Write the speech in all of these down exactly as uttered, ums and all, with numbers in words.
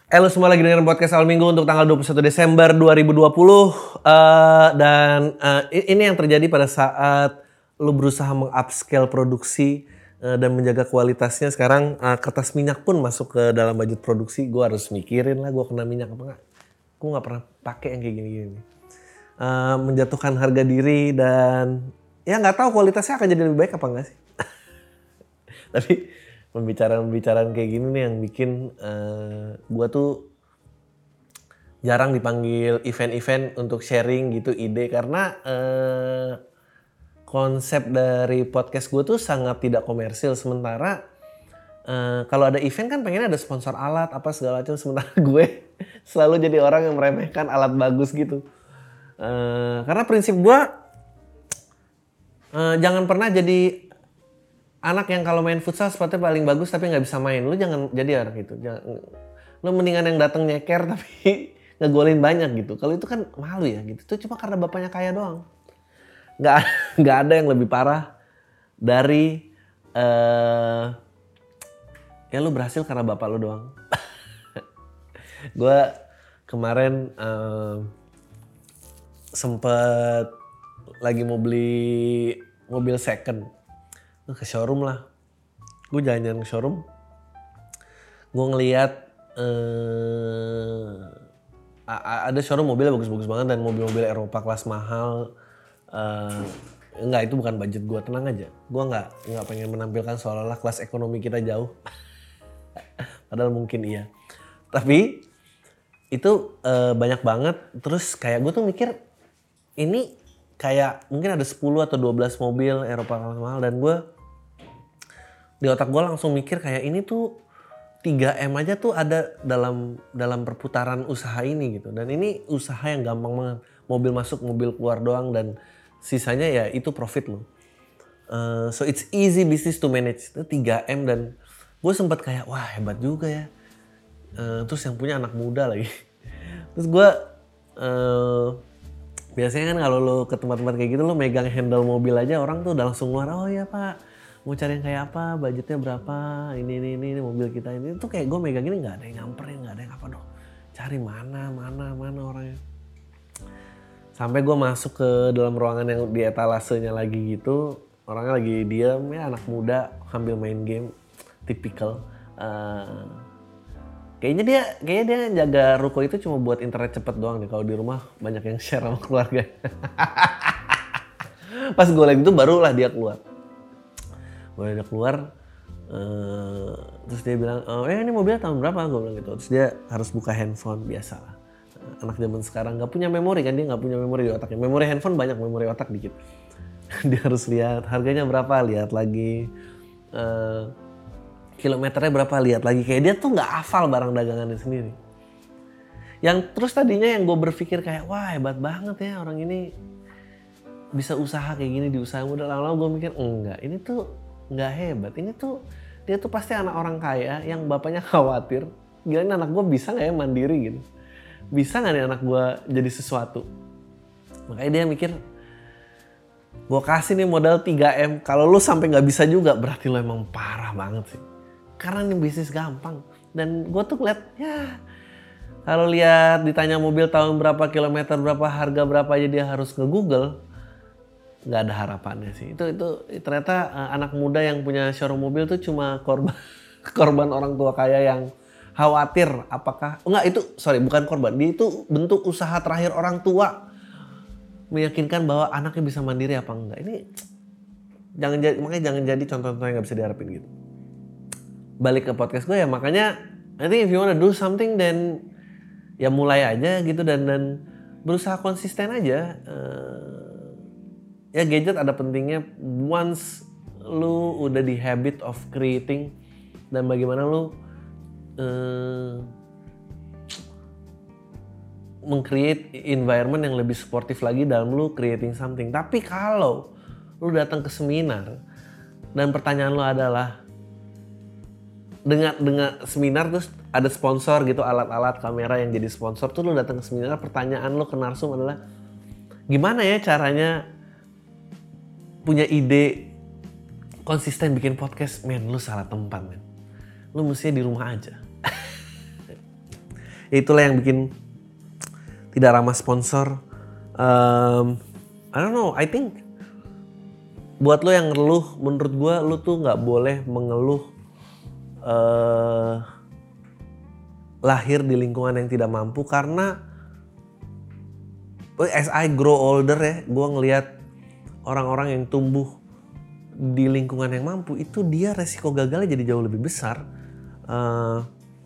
Halo semua, lagi dengerin podcast awal minggu untuk tanggal dua puluh satu Desember dua ribu dua puluh. Uh, dan uh, ini yang terjadi pada saat lu berusaha meng-upscale produksi uh, dan menjaga kualitasnya. Sekarang uh, kertas minyak pun masuk ke dalam budget produksi. Gue harus mikirin lah gue kena minyak apa enggak. Gue gak pernah pakai yang kayak gini-gini. Uh, menjatuhkan harga diri dan ya gak tahu kualitasnya akan jadi lebih baik apa enggak sih. Tapi pembicaraan-pembicaraan kayak gini nih yang bikin uh, gue tuh jarang dipanggil event-event untuk sharing gitu ide, karena uh, konsep dari podcast gue tuh sangat tidak komersil. Sementara uh, kalau ada event kan pengen ada sponsor alat apa segala macam, sementara gue selalu jadi orang yang meremehkan alat bagus gitu. Uh, karena prinsip gue uh, jangan pernah jadi anak yang kalau main futsal sepatunya paling bagus tapi nggak bisa main. Lu jangan jadi orang gitu. Jangan, lu mendingan yang datang nyeker tapi ngegolin banyak gitu. Kalau itu kan malu ya gitu. Itu cuma karena bapaknya kaya doang. Nggak nggak ada yang lebih parah dari uh, ya lu berhasil karena bapak lu doang. Gue kemarin uh, sempet lagi mau beli mobil second. Ke showroom lah, gue jalan-jalan ke showroom, gue ngeliat uh, ada showroom mobilnya bagus-bagus banget dan mobil-mobil Eropa kelas mahal. Uh, enggak, itu bukan budget gue, tenang aja. Gue nggak nggak pengen menampilkan seolah-olah kelas ekonomi kita jauh, padahal mungkin iya. Tapi itu uh, banyak banget. Terus kayak gue tuh mikir ini kayak mungkin ada sepuluh atau dua belas mobil Eropa kelas mahal, dan gue di otak gue langsung mikir kayak ini tuh tiga M aja tuh ada dalam dalam perputaran usaha ini gitu. Dan ini usaha yang gampang banget. Mobil masuk, mobil keluar doang, dan sisanya ya itu profit lo. Uh, so it's easy business to manage. Itu tiga M, dan gue sempat kayak wah hebat juga ya. Uh, terus yang punya anak muda lagi. Terus gue uh, biasanya kan kalau lo ke tempat-tempat kayak gitu lo megang handle mobil aja, orang tuh udah langsung keluar, oh ya pak, mau cari yang kayak apa, budgetnya berapa, ini ini ini, ini mobil kita ini. Itu kayak gue megang ini nggak ada yang nyamperin, nggak ada yang apa dong, cari mana mana mana orangnya. Sampai gue masuk ke dalam ruangan yang di etalasenya lagi gitu, orangnya lagi diam ya, anak muda sambil main game, tipikal. Uh, kayaknya dia kayaknya dia jaga ruko itu cuma buat internet cepet doang nih. Kalau di rumah banyak yang share sama keluarga. Pas gue liat itu barulah dia keluar. Gue udah keluar, uh, terus dia bilang, oh eh ini mobilnya tahun berapa? Gue bilang gitu. Terus dia harus buka handphone, biasa lah. Anak zaman sekarang nggak punya memori kan, dia nggak punya memori di otaknya. Memori handphone banyak, memori otak dikit. Dia harus lihat harganya berapa, lihat lagi. Uh, kilometernya berapa, lihat lagi. Kayak dia tuh nggak hafal barang dagangannya sendiri. Yang terus tadinya yang gue berpikir kayak, wah hebat banget ya orang ini bisa usaha kayak gini di usaha muda. Lama-lama gue mikir, enggak, ini tuh nggak hebat. Ini tuh dia tuh pasti anak orang kaya yang bapaknya khawatir, gila ini anak gue bisa nggak ya mandiri gitu, bisa nggak nih anak gue jadi sesuatu. Makanya dia mikir, gue kasih nih modal tiga M, kalau lu sampai nggak bisa juga berarti lu emang parah banget sih, karena ini bisnis gampang. Dan gue tuh ngeliat ya, kalau lihat ditanya mobil tahun berapa, kilometer berapa, harga berapa aja dia harus nge-google, nggak ada harapannya sih. Itu itu ternyata uh, anak muda yang punya showroom mobil tuh cuma korban korban orang tua kaya yang khawatir apakah oh, enggak itu sorry bukan korban, dia itu bentuk usaha terakhir orang tua meyakinkan bahwa anaknya bisa mandiri apa enggak. Ini jangan jadi, makanya jangan jadi contoh-contoh yang nggak bisa diharapin gitu. Balik ke podcast gue ya, makanya I think if you wanna do something then ya mulai aja gitu, dan dan berusaha konsisten aja. Uh, Ya gadget ada pentingnya once lu udah di habit of creating, dan bagaimana lu uh, meng-create environment yang lebih sportif lagi dalam lu creating something. Tapi kalau lu datang ke seminar dan pertanyaan lu adalah dengan dengan seminar terus ada sponsor gitu, alat-alat kamera yang jadi sponsor, tuh lu datang ke seminar, pertanyaan lu ke narsum adalah gimana ya caranya punya ide konsisten bikin podcast, men, lu salah tempat, men. Lu mestinya di rumah aja. Itulah yang bikin tidak ramah sponsor. Um, I don't know, I think buat lo yang ngeluh, menurut gue lo tuh nggak boleh mengeluh uh, lahir di lingkungan yang tidak mampu, karena as I grow older ya, gue ngelihat orang-orang yang tumbuh di lingkungan yang mampu itu dia resiko gagalnya jadi jauh lebih besar. Uh,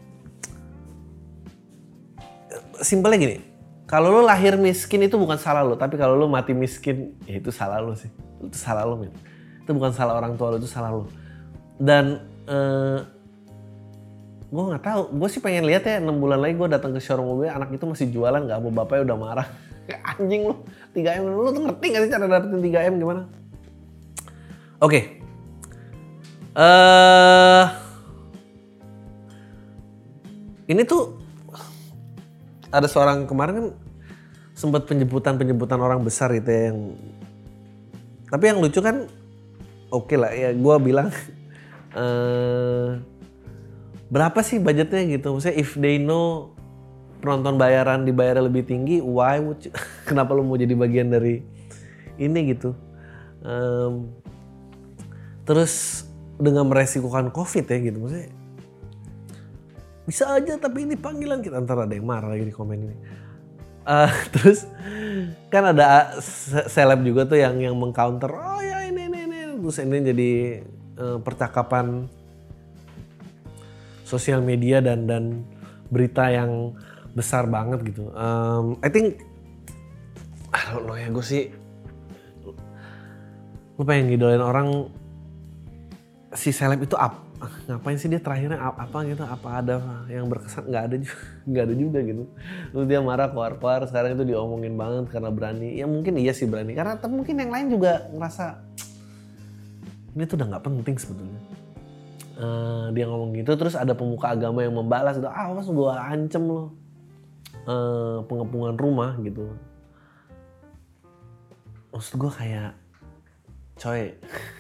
simpelnya gini, kalau lo lahir miskin itu bukan salah lo, tapi kalau lo mati miskin ya itu salah lo sih, itu salah lo men. Itu bukan salah orang tua lo, itu salah lo. Dan uh, gue nggak tahu, gue sih pengen lihat ya enam bulan lagi gue datang ke showroom mobil, anak itu masih jualan nggak, mau bapaknya udah marah. Anjing lo, tiga M, lo tuh ngerti gak sih cara dapetin tiga M gimana? Oke, okay. uh, ini tuh ada seorang kemarin kan sempat penjemputan-penjemputan orang besar gitu ya, yang tapi yang lucu kan oke okay lah ya, gue bilang uh, berapa sih budgetnya gitu, maksudnya if they know penonton bayaran dibayar lebih tinggi, why would you, kenapa lu mau jadi bagian dari ini gitu. Um, terus dengan meresikokan covid ya gitu, maksudnya bisa aja tapi ini panggilan kita, antara ada yang marah lagi di komen ini. Uh, terus kan ada seleb juga tuh yang yang mengcounter, oh ya ini ini ini, terus ini jadi uh, percakapan sosial media dan dan berita yang besar banget gitu. Um, I think, I don't know ya, gue sih, gue pengen ngidolain orang, si seleb itu apa? Ngapain sih dia terakhirnya apa gitu, apa ada yang berkesan, nggak ada juga, nggak ada juga gitu. Terus dia marah keluar-keluar, sekarang itu diomongin banget karena berani. Ya mungkin iya sih berani, karena mungkin yang lain juga ngerasa ini tuh udah nggak penting sebetulnya. Uh, dia ngomong gitu, terus ada pemuka agama yang membalas gitu, ah awas gue ancem lo, uh, pengepungan rumah gitu. Maksud gue kayak, coy.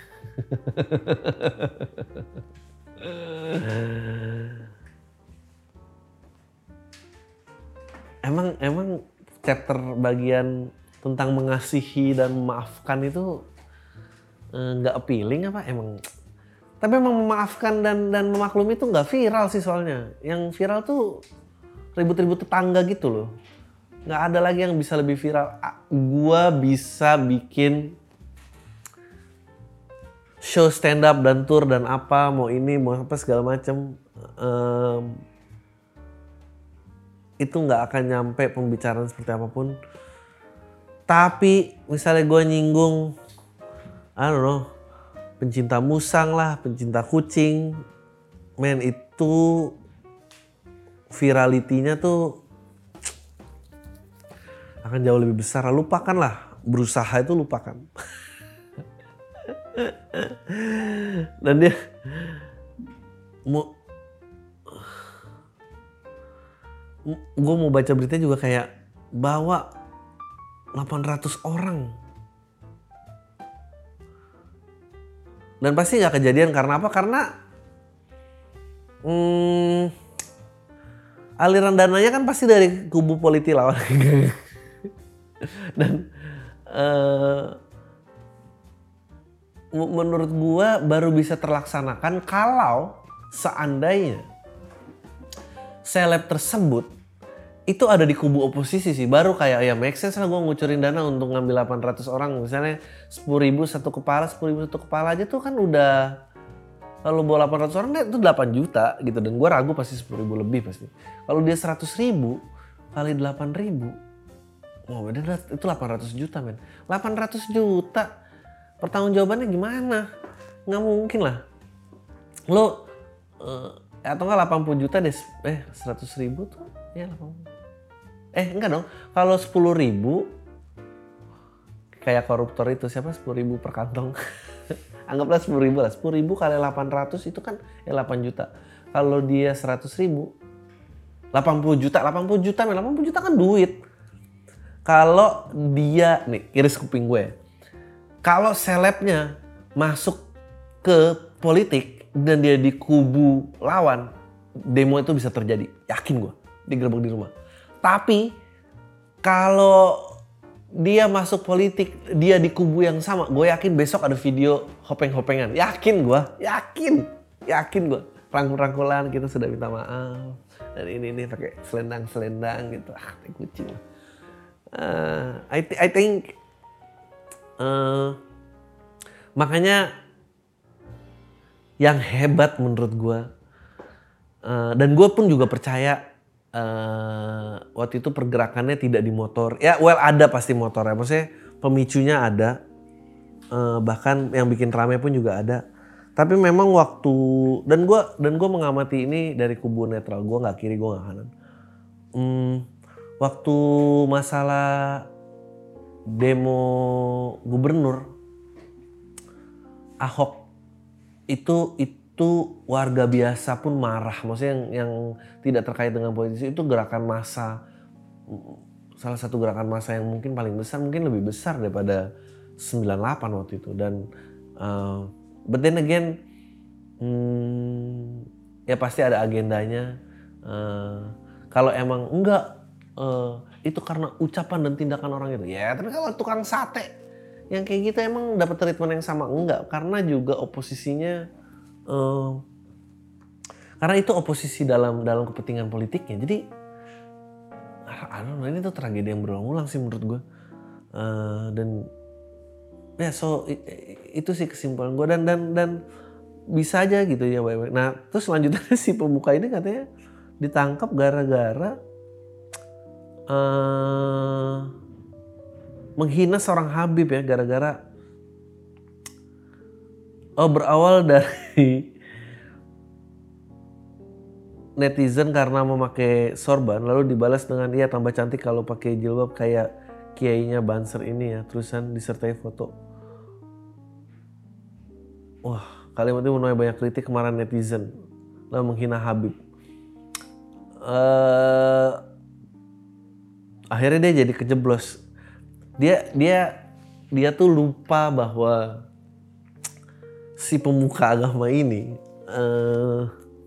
emang emang chapter bagian tentang mengasihi dan memaafkan itu nggak uh, appealing apa emang? Tapi emang memaafkan dan dan memaklumi itu nggak viral sih soalnya. Yang viral tuh ribut-ribut tetangga gitu loh. Nggak ada lagi yang bisa lebih viral. Gua bisa bikin show stand up dan tour dan apa, mau ini mau apa segala macem, um, itu nggak akan nyampe pembicaraan seperti apapun. Tapi misalnya gue nyinggung, I don't know, pencinta musang lah, pencinta kucing, men itu viralitinya tuh akan jauh lebih besar. Lupakan lah, berusaha itu lupakan. Dan dia mau, gue mau baca berita juga kayak bawa delapan ratus orang, dan pasti nggak kejadian. Karena apa? Karena hmm, aliran dananya kan pasti dari kubu politik lawan. Dan uh, menurut gua baru bisa terlaksanakan kalau seandainya seleb tersebut itu ada di kubu oposisi sih, baru kayak ya make sense lah gua ngucurin dana untuk ngambil delapan ratus orang, misalnya sepuluh ribu satu kepala, sepuluh ribu satu kepala aja tuh kan udah, kalau bawa delapan ratus orang itu delapan juta gitu, dan gua ragu pasti sepuluh ribu lebih pasti. Kalau dia seratus ribu kali delapan ribu, wah beda itu delapan ratus juta men, delapan ratus juta. Pertanggungjawabannya gimana? Nggak mungkin lah. Lo, uh, atau nggak delapan puluh juta deh, eh seratus ribu tuh, ya delapan puluh. Eh enggak dong, kalau sepuluh ribu, kayak koruptor itu, siapa sepuluh ribu per kantong? Anggaplah sepuluh ribu lah, sepuluh ribu kali delapan ratus itu kan ya delapan juta. Kalau dia seratus ribu, delapan puluh juta, delapan puluh juta, delapan puluh juta kan duit. Kalau dia, nih iris kuping gue, kalau selebnya masuk ke politik dan dia di kubu lawan, demo itu bisa terjadi. Yakin gue. digerebek di rumah. Tapi kalau dia masuk politik, dia di kubu yang sama, gue yakin besok ada video hopeng-hopengan. Yakin gue, yakin, yakin gue. Rangkul-rangkulan kita sudah minta maaf. Dan ini nih pakai selendang-selendang gitu. Ah, tai kucing lah. Uh, I, th- I think uh, makanya yang hebat menurut gue, uh, dan gue pun juga percaya uh, waktu itu pergerakannya tidak di motor. Ya well ada pasti motornya, maksudnya pemicunya ada, uh, bahkan yang bikin rame pun juga ada. Tapi memang waktu, dan gue dan gue mengamati ini dari kubu netral, gue nggak kiri, gue nggak kanan. Hmm, waktu masalah demo gubernur Ahok itu itu warga biasa pun marah, maksudnya yang, yang tidak terkait dengan politisi itu gerakan massa, salah satu gerakan massa yang mungkin paling besar, mungkin lebih besar daripada sembilan puluh delapan waktu itu. Dan uh, but then again, hmm, ya pasti ada agendanya. Uh, kalau emang enggak, uh, itu karena ucapan dan tindakan orang itu. Ya, tapi kalau tukang sate yang kayak gitu emang dapat treatment yang sama? Enggak, karena juga oposisinya, uh, karena itu oposisi dalam dalam kepentingan politiknya. Jadi, I don't know, ini tuh tragedi yang berulang-ulang sih menurut gue. Uh, dan ya so itu sih kesimpulan gue, dan dan dan bisa aja gitu ya. Nah terus selanjutnya si pemuka ini katanya ditangkap gara-gara uh, menghina seorang Habib ya, gara-gara oh berawal dari netizen karena memakai sorban lalu dibalas dengan iya tambah cantik kalau pakai jilbab kayak kiainya Banser ini ya, terusan disertai foto. Wah, kalimat itu menuai banyak kritik kemarin netizen lalu menghina Habib. Uh, akhirnya dia jadi kejeblos. Dia dia dia tuh lupa bahwa si pemuka agama ini uh,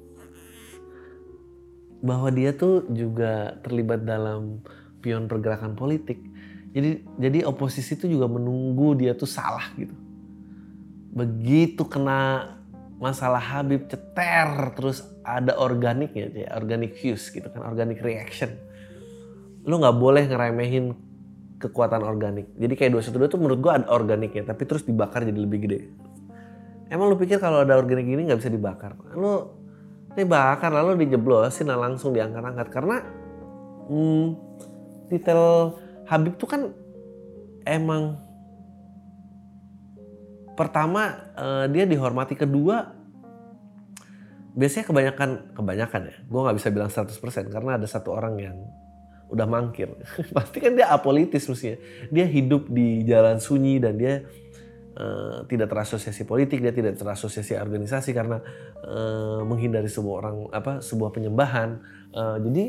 bahwa dia tuh juga terlibat dalam pion pergerakan politik. Jadi jadi oposisi tuh juga menunggu dia tuh salah gitu. Begitu kena masalah Habib ceter, terus ada organiknya, ya, organic views gitu kan, organic reaction. Lu nggak boleh ngeremehin kekuatan organik. Jadi kayak dua satu dua tuh menurut gua ada organiknya, tapi terus dibakar jadi lebih gede. Emang lu pikir kalau ada organik ini nggak bisa dibakar? Lu dibakar lalu dijeblosin, nah langsung diangkat-angkat karena hmm, detail Habib tuh kan emang pertama uh, dia dihormati, kedua biasanya kebanyakan kebanyakan ya, gue nggak bisa bilang seratus persen karena ada satu orang yang udah mangkir. Pasti kan dia apolitis mestinya, dia hidup di jalan sunyi dan dia uh, tidak terasosiasi politik, dia tidak terasosiasi organisasi karena uh, menghindari sebuah orang apa sebuah penyembahan. Uh, jadi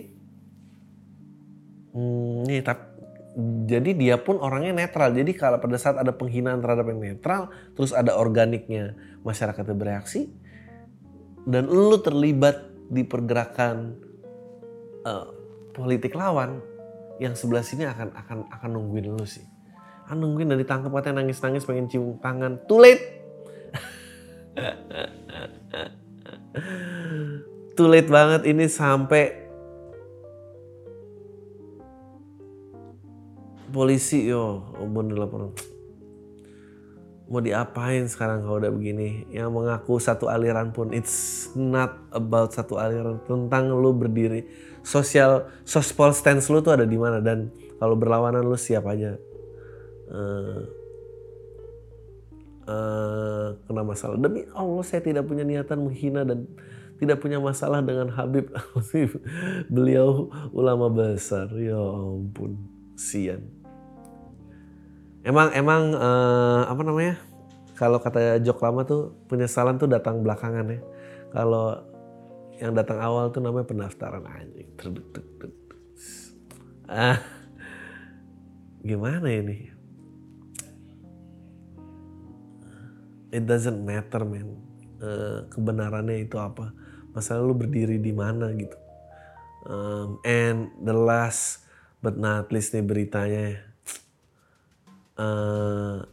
hmm, nih tapi jadi dia pun orangnya netral. Jadi kalau pada saat ada penghinaan terhadap yang netral, terus ada organiknya, masyarakatnya bereaksi, dan lu terlibat di pergerakan uh, politik lawan, yang sebelah sini akan akan akan nungguin lu sih. Akan nungguin dan ditangkap katanya nangis-nangis pengen cium tangan. Too late. Too late banget ini sampai polisi yo, bener laporan. Mau diapain sekarang kalau udah begini? Yang mengaku satu aliran pun, it's not about satu aliran, tentang lu berdiri. Sosial, sospol stance lu tuh ada di mana, dan kalau berlawanan lu siap aja uh, uh, kena masalah. Demi Allah saya tidak punya niatan menghina dan tidak punya masalah dengan Habib. Beliau ulama besar, ya ampun, sian. Emang emang uh, apa namanya? Kalau kata jok lama tuh penyesalan tuh datang belakangan ya. Kalau yang datang awal tuh namanya pendaftaran anjing. Ah, gimana ini? It doesn't matter man. Uh, kebenarannya itu apa? Masalah lu berdiri di mana gitu. Um, and the last but not least nih beritanya, uh,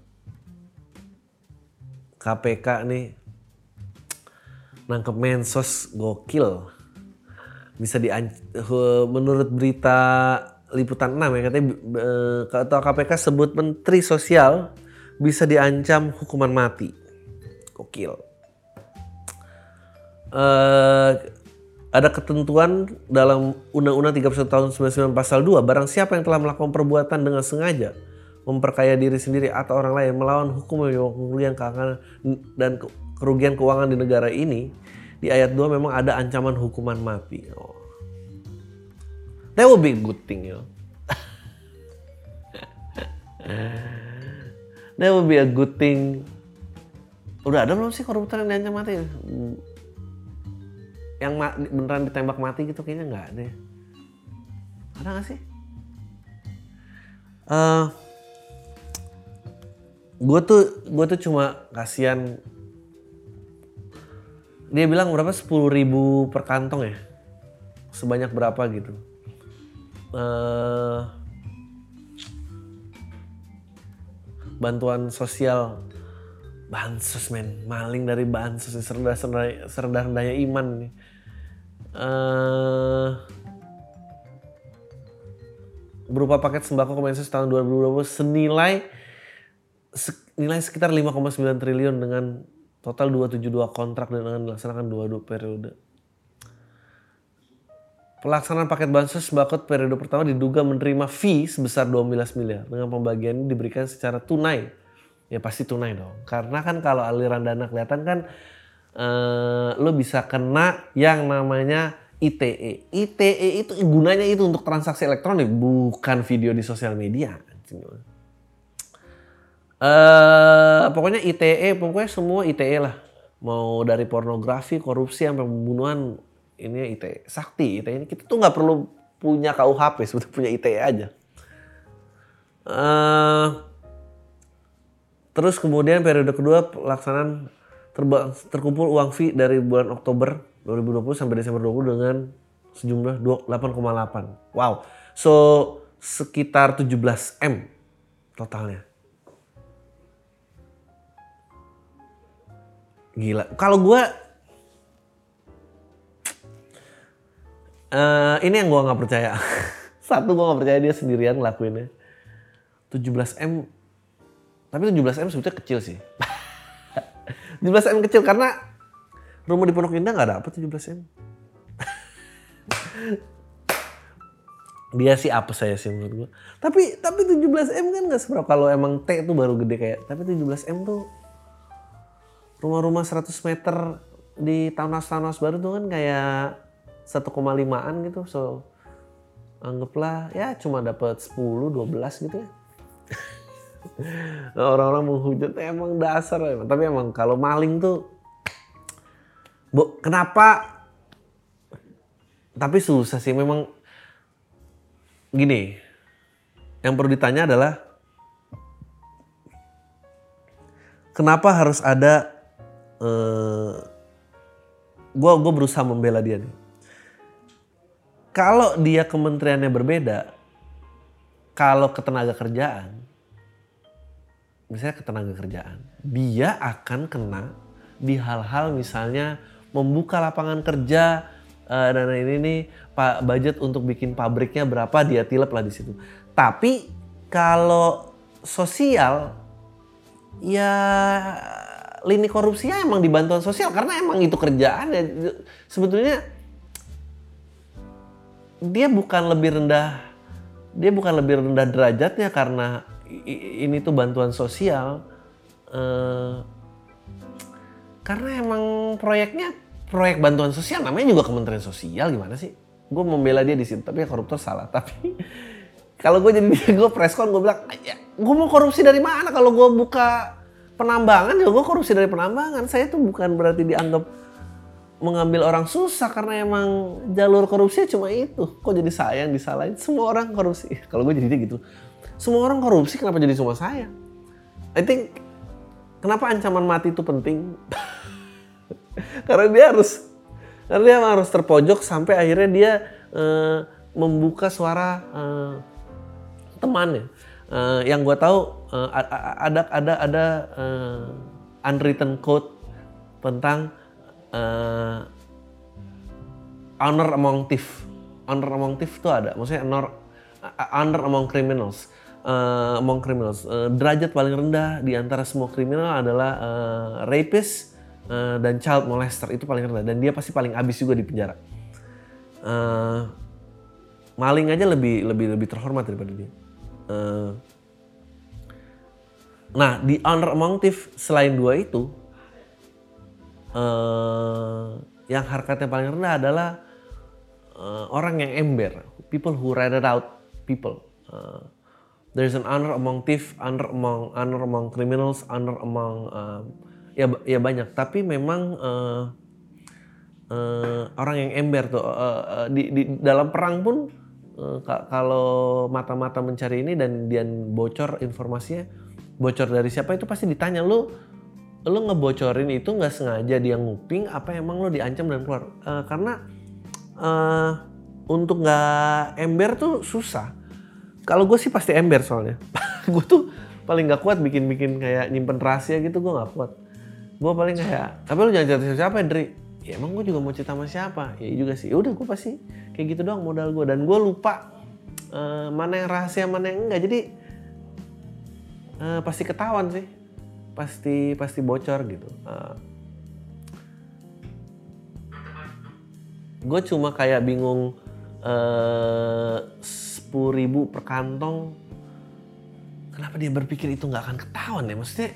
K P K nih nangkep Mensos gokil. Bisa di menurut berita Liputan enam ya, katanya uh, ketua K P K sebut Menteri Sosial bisa diancam hukuman mati. Gokil. Uh, ada ketentuan dalam Undang-Undang tiga puluh satu tahun sembilan puluh sembilan pasal dua, barang siapa yang telah melakukan perbuatan dengan sengaja memperkaya diri sendiri atau orang lain melawan hukum yang kerugian keuangan dan kerugian keuangan di negara ini, di ayat dua memang ada ancaman hukuman mati. Oh. That would be a good thing, yo. That would be a good thing. Udah ada belum sih koruptor yang diancam mati? Yang ma- beneran ditembak mati gitu kayaknya nggak ada. Ada nggak sih? Uh, gue tuh gue tuh cuma kasihan. Dia bilang berapa, sepuluh ribu per kantong ya? Sebanyak berapa gitu. Uh, bantuan sosial, bansos men, maling dari bansos, serendah-rendahnya iman nih. Uh, berupa paket sembako Kemensos tahun dua ribu dua puluh senilai senilai sekitar lima koma sembilan triliun dengan total dua ratus tujuh puluh dua kontrak dan dengan dilaksanakan dua puluh dua periode. Pelaksanaan paket bansos sembako periode pertama diduga menerima fee sebesar dua belas miliar. Dengan pembagian ini diberikan secara tunai. Ya pasti tunai dong. Karena kan kalau aliran dana kelihatan kan eh, lo bisa kena yang namanya I T E. I T E itu gunanya itu untuk transaksi elektronik, bukan video di sosial media. Eh, pokoknya I T E, pokoknya semua I T E lah. Mau dari pornografi, korupsi, sampai pembunuhan. Ini I T E, sakti I T E ini. Kita tuh nggak perlu punya K U H P, sebetulnya punya I T E aja. Uh, terus kemudian periode kedua pelaksanaan terba- terkumpul uang fee dari bulan Oktober dua ribu dua puluh sampai Desember dua ribu dua puluh dengan sejumlah delapan koma delapan. Wow, so sekitar tujuh belas M totalnya. Gila, kalau gue Uh, ini yang gue gak percaya. Satu, gue gak percaya dia sendirian ngelakuinnya. tujuh belas M. Tapi tujuh belas M sebetulnya kecil sih. tujuh belas M kecil karena rumah di Pondok Indah gak dapet tujuh belas M. Dia sih apa saya sih menurut gue. Tapi tapi tujuh belas M kan gak seberapa. Kalau emang T itu baru gede kayak. Tapi tujuh belas M tuh rumah-rumah seratus meter di townhouse-townhouse baru tuh kan kayak satu koma limaan gitu, so anggaplah ya cuma dapat sepuluh dua belas gitu ya. Nah, orang-orang menghujat emang dasar emang. Tapi emang kalau maling tuh bu, kenapa? Tapi susah sih memang. Gini, yang perlu ditanya adalah kenapa harus ada uh, gue gue berusaha membela dia nih. Kalau dia kementeriannya berbeda, kalau ketenaga kerjaan, misalnya ketenaga kerjaan, dia akan kena di hal-hal misalnya membuka lapangan kerja uh, dan ini nih pak budget untuk bikin pabriknya berapa dia tilep lah di situ. Tapi kalau sosial, ya lini korupsinya emang di bantuan sosial karena emang itu kerjaannya. Sebetulnya dia bukan lebih rendah, dia bukan lebih rendah derajatnya karena ini tuh bantuan sosial. Uh, karena emang proyeknya proyek bantuan sosial, namanya juga Kementerian Sosial, gimana sih? Gue membela dia di situ, tapi ya koruptor salah. Tapi kalau gue jadi dia, gue preskon, gue bilang, ya, gue mau korupsi dari mana? Kalau gue buka penambangan, ya gue korupsi dari penambangan. Saya tuh bukan berarti dianggap mengambil orang susah karena emang jalur korupsi cuma itu. Kok jadi saya yang disalahin? Semua orang korupsi. Kalau gue jadi dia gitu. Semua orang korupsi, kenapa jadi cuma saya? I think kenapa ancaman mati itu penting? Karena dia harus, karena dia harus terpojok sampai akhirnya dia uh, membuka suara uh, temannya. Uh, yang gue tahu uh, ada ada ada uh, unwritten code tentang uh, honor among thief. Honor among thief itu ada, maksudnya honor, honor among criminals. Uh, among criminals, uh, derajat paling rendah di antara semua kriminal adalah uh, rapist uh, dan child molester, itu paling rendah dan dia pasti paling abis juga di penjara. Uh, maling aja lebih lebih lebih terhormat daripada dia. Uh, nah di honor among thief selain dua itu, uh, yang harkatnya paling rendah adalah uh, orang yang ember, people who ratted out people. Uh, There's an honor among thief, honor among honor among criminals, honor among uh, ya ya banyak. Tapi memang uh, uh, orang yang ember tuh uh, uh, di, di dalam perang pun uh, ka, kalau mata-mata mencari ini dan dia bocor informasinya, bocor dari siapa itu pasti ditanya, lu lu ngebocorin itu nggak sengaja dia nguping apa emang lu diancam dan keluar? Uh, karena uh, untuk nggak ember tuh susah. Kalau gue sih pasti ember soalnya. Gue tuh paling gak kuat bikin-bikin kayak nyimpen rahasia gitu, gue gak kuat. Gue paling kayak, tapi lu jangan cerita siapa ya Dri? Ya emang gue juga mau cerita sama siapa? Ya juga sih, udah gue pasti kayak gitu doang modal gue. Dan gue lupa uh, mana yang rahasia, mana yang enggak. Jadi uh, pasti ketahuan sih. Pasti pasti bocor gitu. Uh, gue cuma kayak bingung uh, sepuluh ribu per kantong, kenapa dia berpikir itu nggak akan ketahuan ya, maksudnya.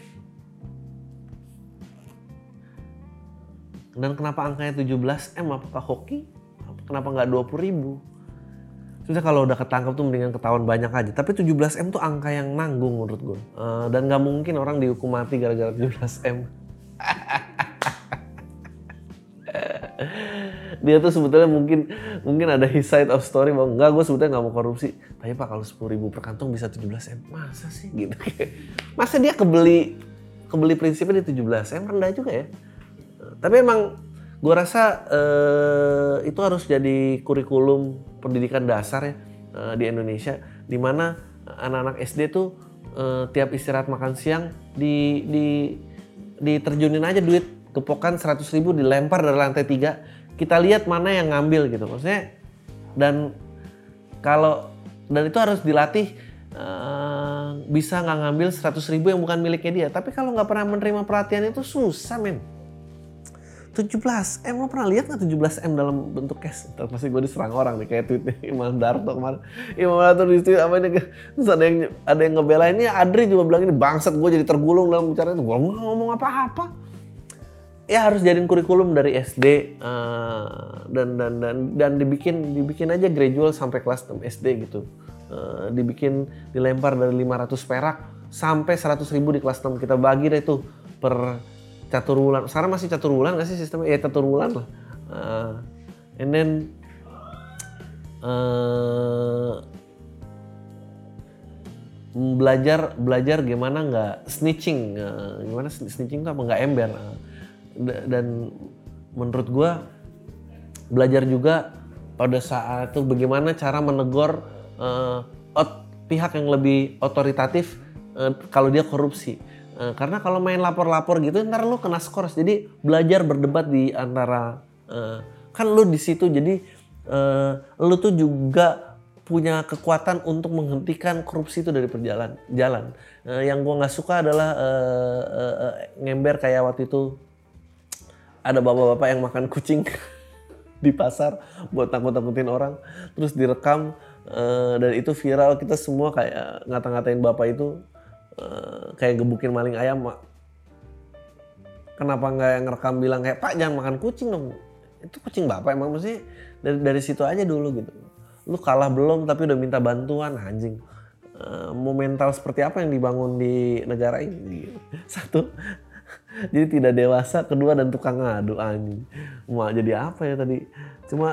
Dan kenapa angkanya tujuh belas M, apakah hoki? Kenapa nggak dua puluh ribu? Sudah kalau udah ketangkap tuh mendingan ketahuan banyak aja, tapi tujuh belas M tuh angka yang nanggung menurut gue. Uh, dan nggak mungkin orang dihukum mati gara-gara tujuh belas M. Dia tuh sebetulnya mungkin mungkin ada his side of story bahwa enggak, gue sebetulnya nggak mau korupsi, tapi pak kalau sepuluh ribu per kantong bisa tujuh belas M, masa sih gitu? Masa dia kebeli kebeli prinsipnya di tujuh belas M, rendah juga ya. Tapi emang gue rasa eh, itu harus jadi kurikulum pendidikan dasar ya eh, di Indonesia, di mana anak-anak S D tuh eh, tiap istirahat makan siang di di diterjunin aja duit gepokan seratus ribu, dilempar dari lantai tiga. Kita lihat mana yang ngambil gitu, maksudnya. Dan kalau dan itu harus dilatih uh, bisa nggak ngambil seratus ribu yang bukan miliknya dia. Tapi kalau nggak pernah menerima perhatian itu susah men. tujuh belas M, lo pernah lihat nggak tujuh belas M dalam bentuk cash? Terus pasti gue diserang orang nih kayak tweetnya Imam Darto kemarin. Imam Darto di tweet apa ini? Terus ada yang ada yang ngebelain ini, Adri juga bilang ini bangsat, gue jadi tergulung dalam bicara itu. Gue nggak ngomong apa-apa. Ya harus jadiin kurikulum dari S D uh, dan dan dan dan dibikin dibikin aja gradual sampai kelas enam S D gitu. Uh, dibikin dilempar dari lima ratus perak sampai seratus ribu di kelas enam, kita bagi deh tuh per catur wulan. Sekarang masih catur wulan nggak sih sistemnya? Ya catur wulan lah. Uh, and then uh, belajar belajar gimana nggak snitching, uh, gimana snitching tuh apa nggak ember. Uh, dan menurut gue belajar juga pada saat itu bagaimana cara menegur uh, ot, pihak yang lebih otoritatif uh, kalau dia korupsi. Uh, karena kalau main lapor-lapor gitu ntar lu kena skors. Jadi belajar berdebat di antara uh, kan lu di situ, jadi uh, lu tuh juga punya kekuatan untuk menghentikan korupsi itu dari perjalanan jalan. Uh, yang gue nggak suka adalah uh, uh, uh, ngember kayak waktu itu ada bapak-bapak yang makan kucing di pasar buat takut-takutin orang, terus direkam uh, dan itu viral. Kita semua kayak ngata-ngatain bapak itu uh, kayak gebukin maling ayam. Kenapa nggak yang ngerekam bilang kayak, Pak jangan makan kucing dong, itu kucing bapak emang. Maksudnya dari dari situ aja dulu gitu. Lu kalah belum tapi udah minta bantuan, anjing. Uh, mau mental seperti apa yang dibangun di negara ini? Satu, jadi tidak dewasa, kedua dan tukang ngadu, anjing. Mau jadi apa ya tadi? Cuma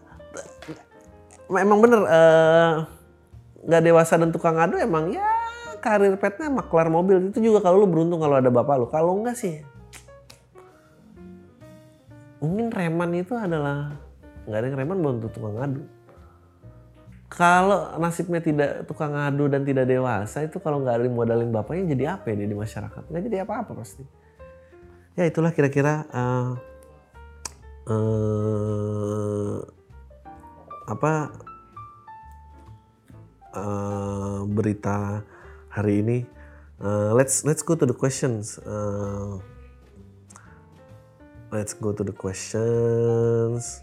emang bener nggak uh, dewasa dan tukang ngadu, emang ya karir petnya maklar mobil. Itu juga kalau lu beruntung kalau ada bapak lu. Kalau enggak sih mungkin reman itu adalah nggak ada yang reman belum tukang ngadu. kalau nasibnya tidak tukang ngadu dan tidak dewasa itu kalau nggak ada modalin bapaknya jadi apa ya dia di masyarakat? Nggak jadi apa-apa pasti. Ya itulah kira-kira uh, uh, apa uh, berita hari ini. Uh, let's let's go to the questions. Uh, let's go to the questions.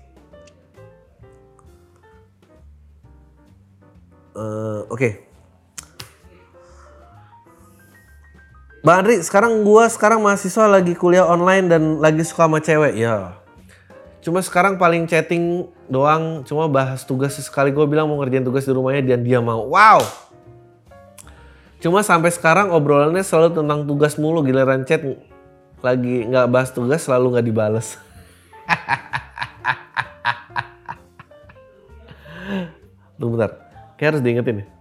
Uh, Oke, okay. Bang Andri, sekarang gua sekarang mahasiswa lagi kuliah online dan lagi suka sama cewek, ya. Cuma sekarang paling chatting doang, cuma bahas tugas sekali. Gue bilang mau ngerjain tugas di rumahnya dan dia mau. Wow. Cuma sampai sekarang obrolannya selalu tentang tugas mulu, giliran chat lagi nggak bahas tugas selalu nggak dibales. Tunggu bentar. Kayak harus diingetin nih.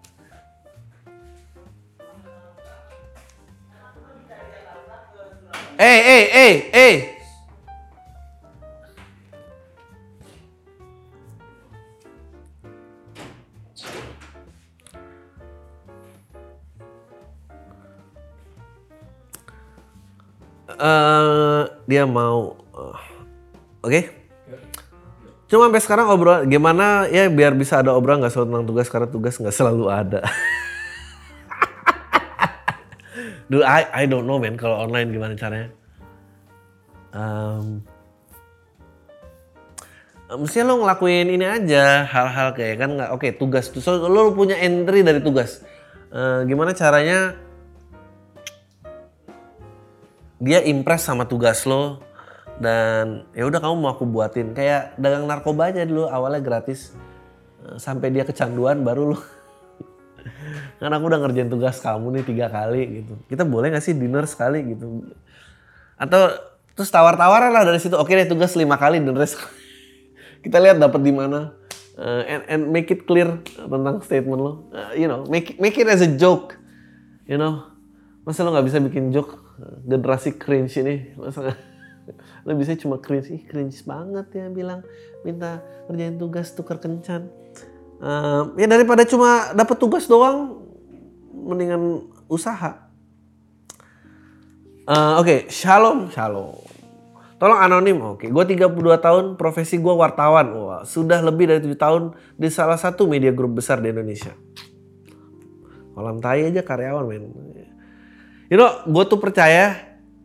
Eh, eh, eh, eh. Uh, dia mau, uh, oke? Okay? Cuma sampai sekarang obrolan gimana ya biar bisa ada obrolan nggak selalu tentang tugas karena tugas nggak selalu ada. Dude, I I don't know man kalau online gimana caranya. Um, mestinya lo ngelakuin ini aja hal-hal kayak kan nggak oke okay, tugas tuh so, lo punya entry dari tugas. Uh, gimana caranya dia impress sama tugas lo. Dan ya udah kamu mau aku buatin kayak dagang narkoba aja dulu awalnya gratis sampai dia kecanduan baru lo kan aku udah ngerjain tugas kamu nih tiga kali gitu kita boleh nggak sih dinner sekali gitu atau terus tawar-tawaran lah dari situ oke deh tugas lima kali dinner kita lihat dapat di mana uh, and, and make it clear tentang statement lo uh, you know make make it as a joke you know masa lo nggak bisa bikin joke generasi cringe ini masa lo bisa cuma cringe, ih cringe banget ya bilang minta ngerjain tugas tukar kencan. Uh, ya daripada cuma dapat tugas doang, mendingan usaha. Uh, Oke, okay. Shalom, shalom. Tolong anonim, oke. Okay. Gue tiga puluh dua tahun, profesi gue wartawan. Wah, sudah lebih dari tujuh tahun di salah satu media grup besar di Indonesia. Kolam tai aja karyawan, men. You know, gue tuh percaya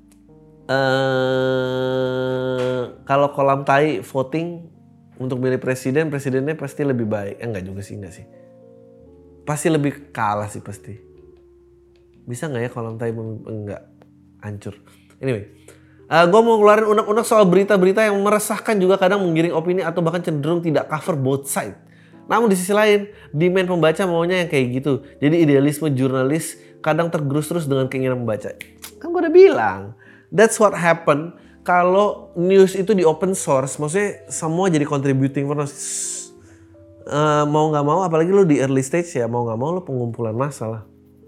Uh, kalau kolam tai voting untuk milih presiden, presidennya pasti lebih baik. Eh enggak juga sih, enggak sih. Pasti lebih kalah sih pasti. Bisa nggak ya kolam tai enggak hancur. Anyway, uh, gue mau ngeluarin unek-unek soal berita-berita yang meresahkan juga kadang menggiring opini atau bahkan cenderung tidak cover both side. Namun di sisi lain, demand pembaca maunya yang kayak gitu. Jadi idealisme jurnalis kadang tergerus terus dengan keinginan membaca. Kan gue udah bilang. That's what happen kalau news itu di open source, maksudnya semua jadi contributing force. Uh, mau nggak mau, apalagi lu di early stage ya mau nggak mau lu pengumpulan masalah.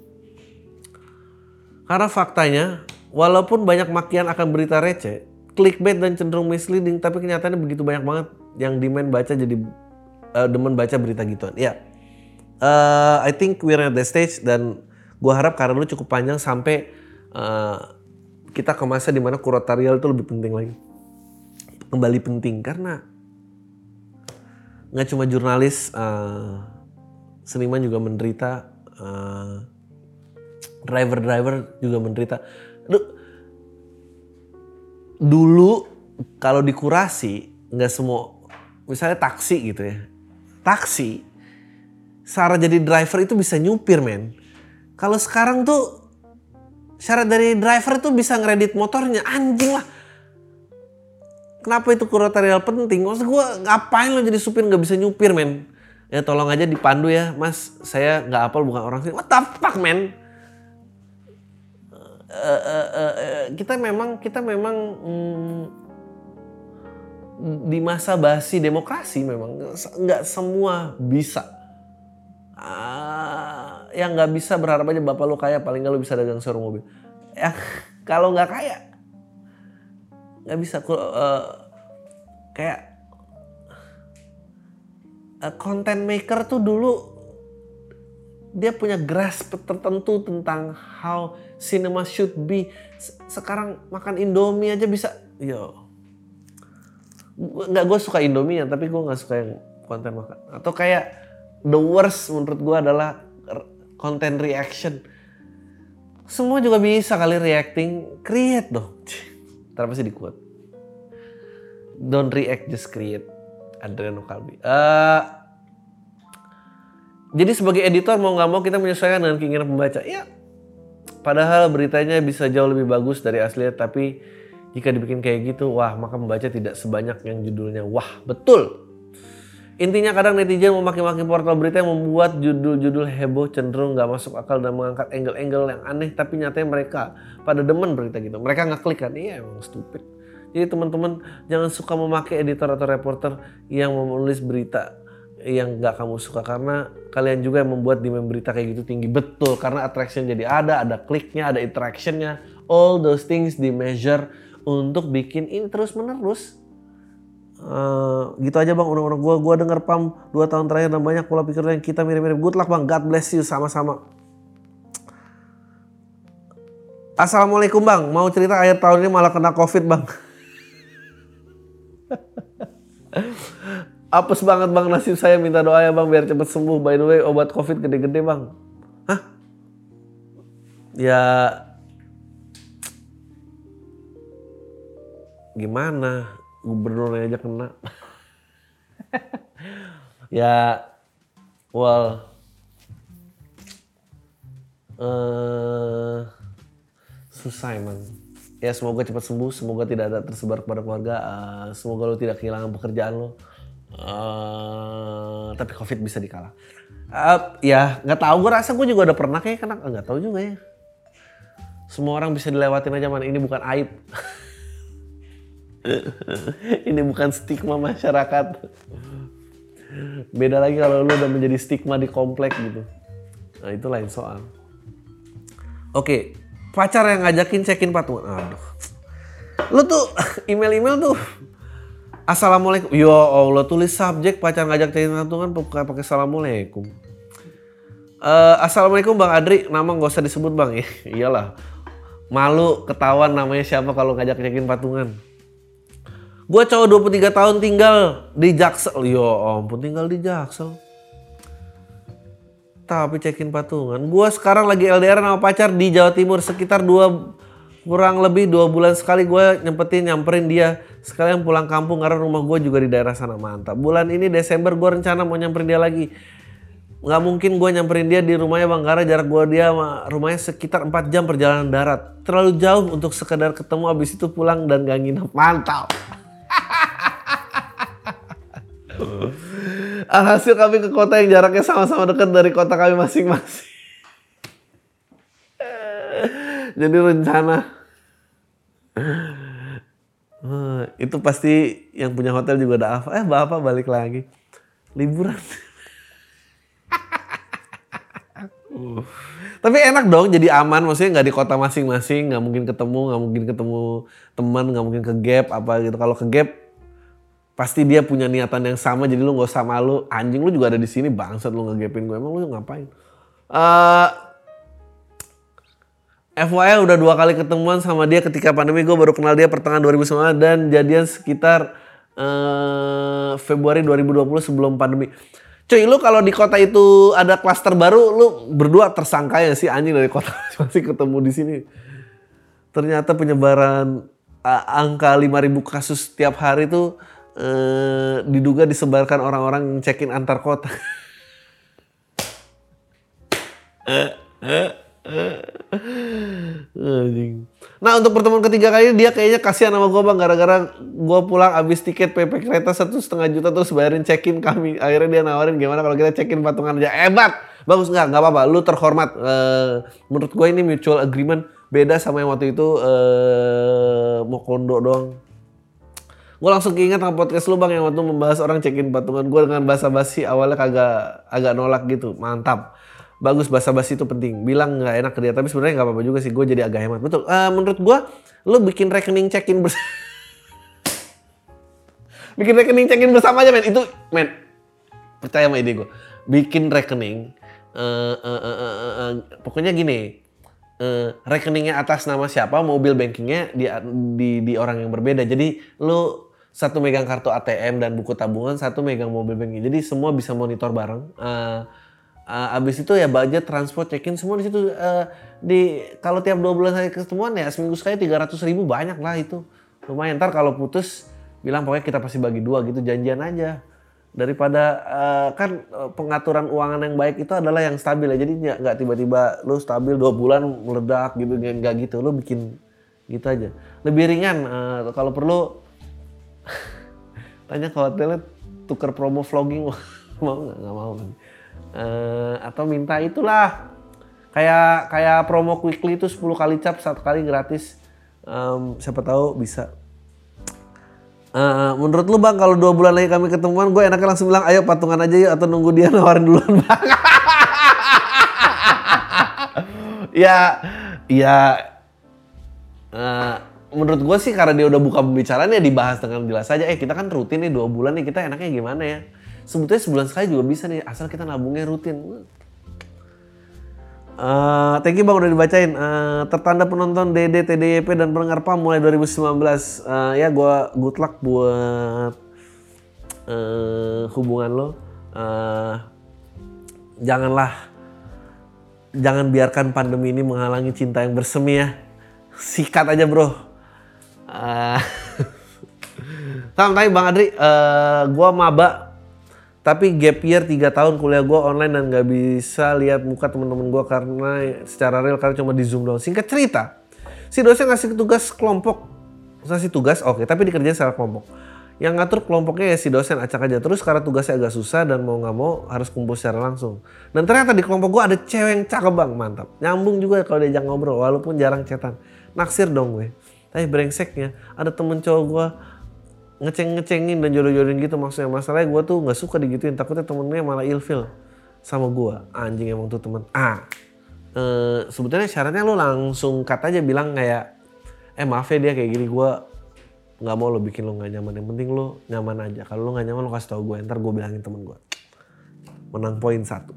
Karena faktanya, walaupun banyak makian akan berita receh, clickbait dan cenderung misleading, tapi kenyataannya begitu banyak banget yang demand baca jadi uh, demen baca berita gituan. Ya, yeah. uh, I think we're at the stage dan gua harap karena lu cukup panjang sampai uh, kita ke masa dimana kuratorial itu lebih penting lagi. Kembali penting karena nggak cuma jurnalis, uh, seniman juga menderita, uh, driver-driver juga menderita. Dulu kalau dikurasi nggak semua, misalnya taksi gitu ya, taksi, syarat jadi driver itu bisa nyupir men. Kalau sekarang tuh syarat dari driver itu bisa ngeredit motornya, anjing lah. Kenapa itu kuratorial penting? Maksud gue ngapain lo jadi supir gak bisa nyupir men? Ya tolong aja dipandu ya mas, saya gak hafal bukan orang sini. What the fuck men? Uh, uh, uh, uh, kita memang kita memang mm, di masa basi demokrasi memang gak semua bisa. Uh, yang nggak bisa berharap aja bapak lo kaya, paling nggak lo bisa dagang showroom mobil. Ya kalau nggak kaya nggak bisa uh, kayak uh, content maker tuh dulu dia punya grasp tertentu tentang how cinema should be. Sekarang makan Indomie aja bisa, yo. Nggak, gue suka Indomie ya, tapi gue nggak suka yang konten makan. Atau kayak the worst menurut gue adalah konten reaction. Semua juga bisa kali reacting, create dong. Ntar pasti di quote. Don't react, just create. Adriano Kalbi. Uh, Jadi sebagai editor mau nggak mau kita menyesuaikan dengan keinginan pembaca. Ya, padahal beritanya bisa jauh lebih bagus dari aslinya, tapi jika dibikin kayak gitu, wah maka pembaca tidak sebanyak yang judulnya wah, betul. Intinya kadang netizen memaki-maki portal berita yang membuat judul-judul heboh cenderung nggak masuk akal dan mengangkat angle-angle yang aneh, tapi nyatanya mereka pada demen berita gitu. Mereka ngeklik kan, iya emang stupid. Jadi teman-teman jangan suka memakai editor atau reporter yang menulis berita yang gak kamu suka, karena kalian juga yang membuat demand berita kayak gitu tinggi. Betul, karena attraction jadi ada, ada kliknya, ada interactionnya, all those things di measure untuk bikin ini terus menerus. Uh, gitu aja bang, udah-udah gue gue denger Pam dua tahun terakhir dan banyak pola pikir yang kita mirip-mirip. Good luck bang, God bless you, sama-sama. Assalamualaikum bang, mau cerita akhir tahun ini malah kena covid bang. Apes banget bang, nasib saya, minta doa ya bang biar cepet sembuh. By the way, obat covid gede-gede bang. Hah? Ya gimana? Gubernurnya aja kena. Ya, well, uh, susah emang. Ya semoga cepat sembuh, semoga tidak ada tersebar kepada keluarga, uh, semoga lo tidak kehilangan pekerjaan lo. Uh, tapi covid bisa dikalah. Uh, ya nggak tahu, gue rasa gue juga udah pernah kayak kena, nggak tahu juga ya. Semua orang bisa dilewatin aja man, ini bukan aib. Ini bukan stigma masyarakat. Beda lagi kalau lu udah menjadi stigma di komplek gitu. Nah itu lain soal. Oke, pacar yang ngajakin check-in patungan. Aduh, lu tuh email-email tuh. Assalamualaikum. Ya Allah, tulis subjek pacar ngajak check-in patungan pakai pakai assalamualaikum. Uh, Assalamualaikum Bang Adri, nama nggak usah disebut Bang ya. Iyalah, malu ketahuan namanya siapa kalau ngajak check-in patungan. Gue cowok dua puluh tiga tahun tinggal di Jaksel. Ya ampun, tinggal di Jaksel. Tapi check-in patungan. Gue sekarang lagi L D R sama pacar di Jawa Timur, sekitar dua kurang lebih dua bulan sekali gue nyempetin nyamperin dia. Sekalian pulang kampung karena rumah gue juga di daerah sana. Mantap. Bulan ini Desember gue rencana mau nyamperin dia lagi. Gak mungkin gue nyamperin dia di rumahnya Bang, karena jarak gue dia sama rumahnya sekitar empat jam perjalanan darat. Terlalu jauh untuk sekedar ketemu, abis itu pulang dan gak nginep. Mantap. Alhasil kami ke kota yang jaraknya sama-sama dekat dari kota kami masing-masing. Jadi rencana uh, itu pasti yang punya hotel juga udah apa. Eh bapak balik lagi liburan. uh. Tapi enak dong, jadi aman, maksudnya nggak di kota masing-masing, nggak mungkin ketemu, nggak mungkin ketemu teman, nggak mungkin ke Gap apa gitu. Kalau ke Gap pasti dia punya niatan yang sama, jadi lu nggak usah malu. Anjing lu juga ada di sini, bangsat lu ngegapin gue, emang lu ngapain? Uh, F Y I udah dua kali ketemuan sama dia ketika pandemi. Gue baru kenal dia pertengahan dua ribu sembilan belas dan jadian sekitar uh, Februari dua ribu dua puluh sebelum pandemi. Cuy, lu kalau di kota itu ada klaster baru, lu berdua tersangka ya sih anjing dari kota masih ketemu di sini. Ternyata penyebaran uh, angka lima ribu kasus setiap hari tuh Uh, diduga disebarkan orang-orang yang check-in antar kota. Nah untuk pertemuan ketiga kali dia kayaknya kasihan sama gue Bang, gara-gara gue pulang abis tiket P P kereta satu setengah juta terus bayarin check-in kami. Akhirnya dia nawarin gimana kalau kita check-in patungan aja. Hebat, bagus nggak? Nggak apa-apa, lu terhormat. Uh, menurut gue ini mutual agreement, beda sama yang waktu itu uh, mau kondo doang. Gue langsung keinget sama podcast lu Bang yang waktu membahas orang check-in patungan. Gue dengan basa-basi awalnya kagak agak nolak gitu. Mantap. Bagus, basa-basi itu penting. Bilang gak enak ke dia, tapi sebenarnya gak apa-apa juga sih. Gue jadi agak hemat. Betul. Uh, menurut gue, lu bikin rekening check-in bersama. bikin rekening check-in bersama aja men. Itu men. percaya sama ide gue. Bikin rekening, uh, uh, uh, uh, uh, uh, pokoknya gini, uh, rekeningnya atas nama siapa, mobil bankingnya di, di, di orang yang berbeda. Jadi lu satu megang kartu A T M dan buku tabungan, satu megang mobil banking. Jadi semua bisa monitor bareng. Uh, uh, abis itu ya budget, transport, check-in semua di situ. Uh, di kalau tiap dua bulan saya ketemuan ya seminggu sekali tiga ratus ribu banyak lah itu. Lumayan. Ntar kalau putus bilang pokoknya kita pasti bagi dua gitu, janjian aja. Daripada uh, kan pengaturan uangan yang baik itu adalah yang stabil ya. Jadi nggak tiba-tiba lu stabil dua bulan meledak gitu, nggak gitu. Lu bikin gitu aja. Lebih ringan. Uh, kalau perlu tanya ke hotelnya tuker promo vlogging mau nggak? Nggak mau kan. Uh, atau minta itulah kayak kayak promo quickly itu sepuluh kali cap satu kali gratis. Um, siapa tahu bisa. Uh, menurut lu bang kalau dua bulan lagi kami ketemuan gue enaknya langsung bilang ayo patungan aja yuk atau nunggu dia nawarin duluan bang. ya ya uh, menurut gue sih karena dia udah buka pembicaraan ya dibahas dengan jelas aja. Eh kita kan rutin nih dua bulan nih, kita enaknya gimana ya. Sebetulnya sebulan sekali juga bisa nih asal kita nabungnya rutin. Uh, thank you bang udah dibacain. Uh, tertanda penonton D D, T D Y P dan pendengar P A M mulai dua ribu sembilan belas. Uh, ya gue good luck buat uh, hubungan lo. Uh, janganlah, jangan biarkan pandemi ini menghalangi cinta yang bersemi ya. Sikat aja bro. Uh, Sama tanya bang Adri, uh, gue maba. Tapi gap year tiga tahun kuliah gue online dan gak bisa lihat muka teman-teman gue karena secara real karena cuma di Zoom doang. Singkat cerita, si dosen ngasih tugas kelompok, ngasih tugas oke, okay, tapi dikerjain secara kelompok. Yang ngatur kelompoknya ya si dosen acak aja terus karena tugasnya agak susah dan mau nggak mau harus kumpul secara langsung. Dan ternyata di kelompok gue ada cewek yang cakep bang, mantap. Nyambung juga kalau diajak ngobrol walaupun jarang chatan. Naksir dong gue. Tapi brengseknya ada temen cowok gue ngeceng-ngecengin dan jodoh-jodohin gitu maksudnya. Masalahnya gue tuh gak suka digituin, takutnya temennya malah ilfil sama gue. Anjing emang tuh temen. Ah, e, sebetulnya syaratnya lo langsung cut aja bilang kayak, eh maaf ya dia kayak gini, gue gak mau lo bikin lo gak nyaman. Yang penting lo nyaman aja. Kalau lo gak nyaman lo kasih tau gue, ntar gue bilangin temen gue. Menang poin satu.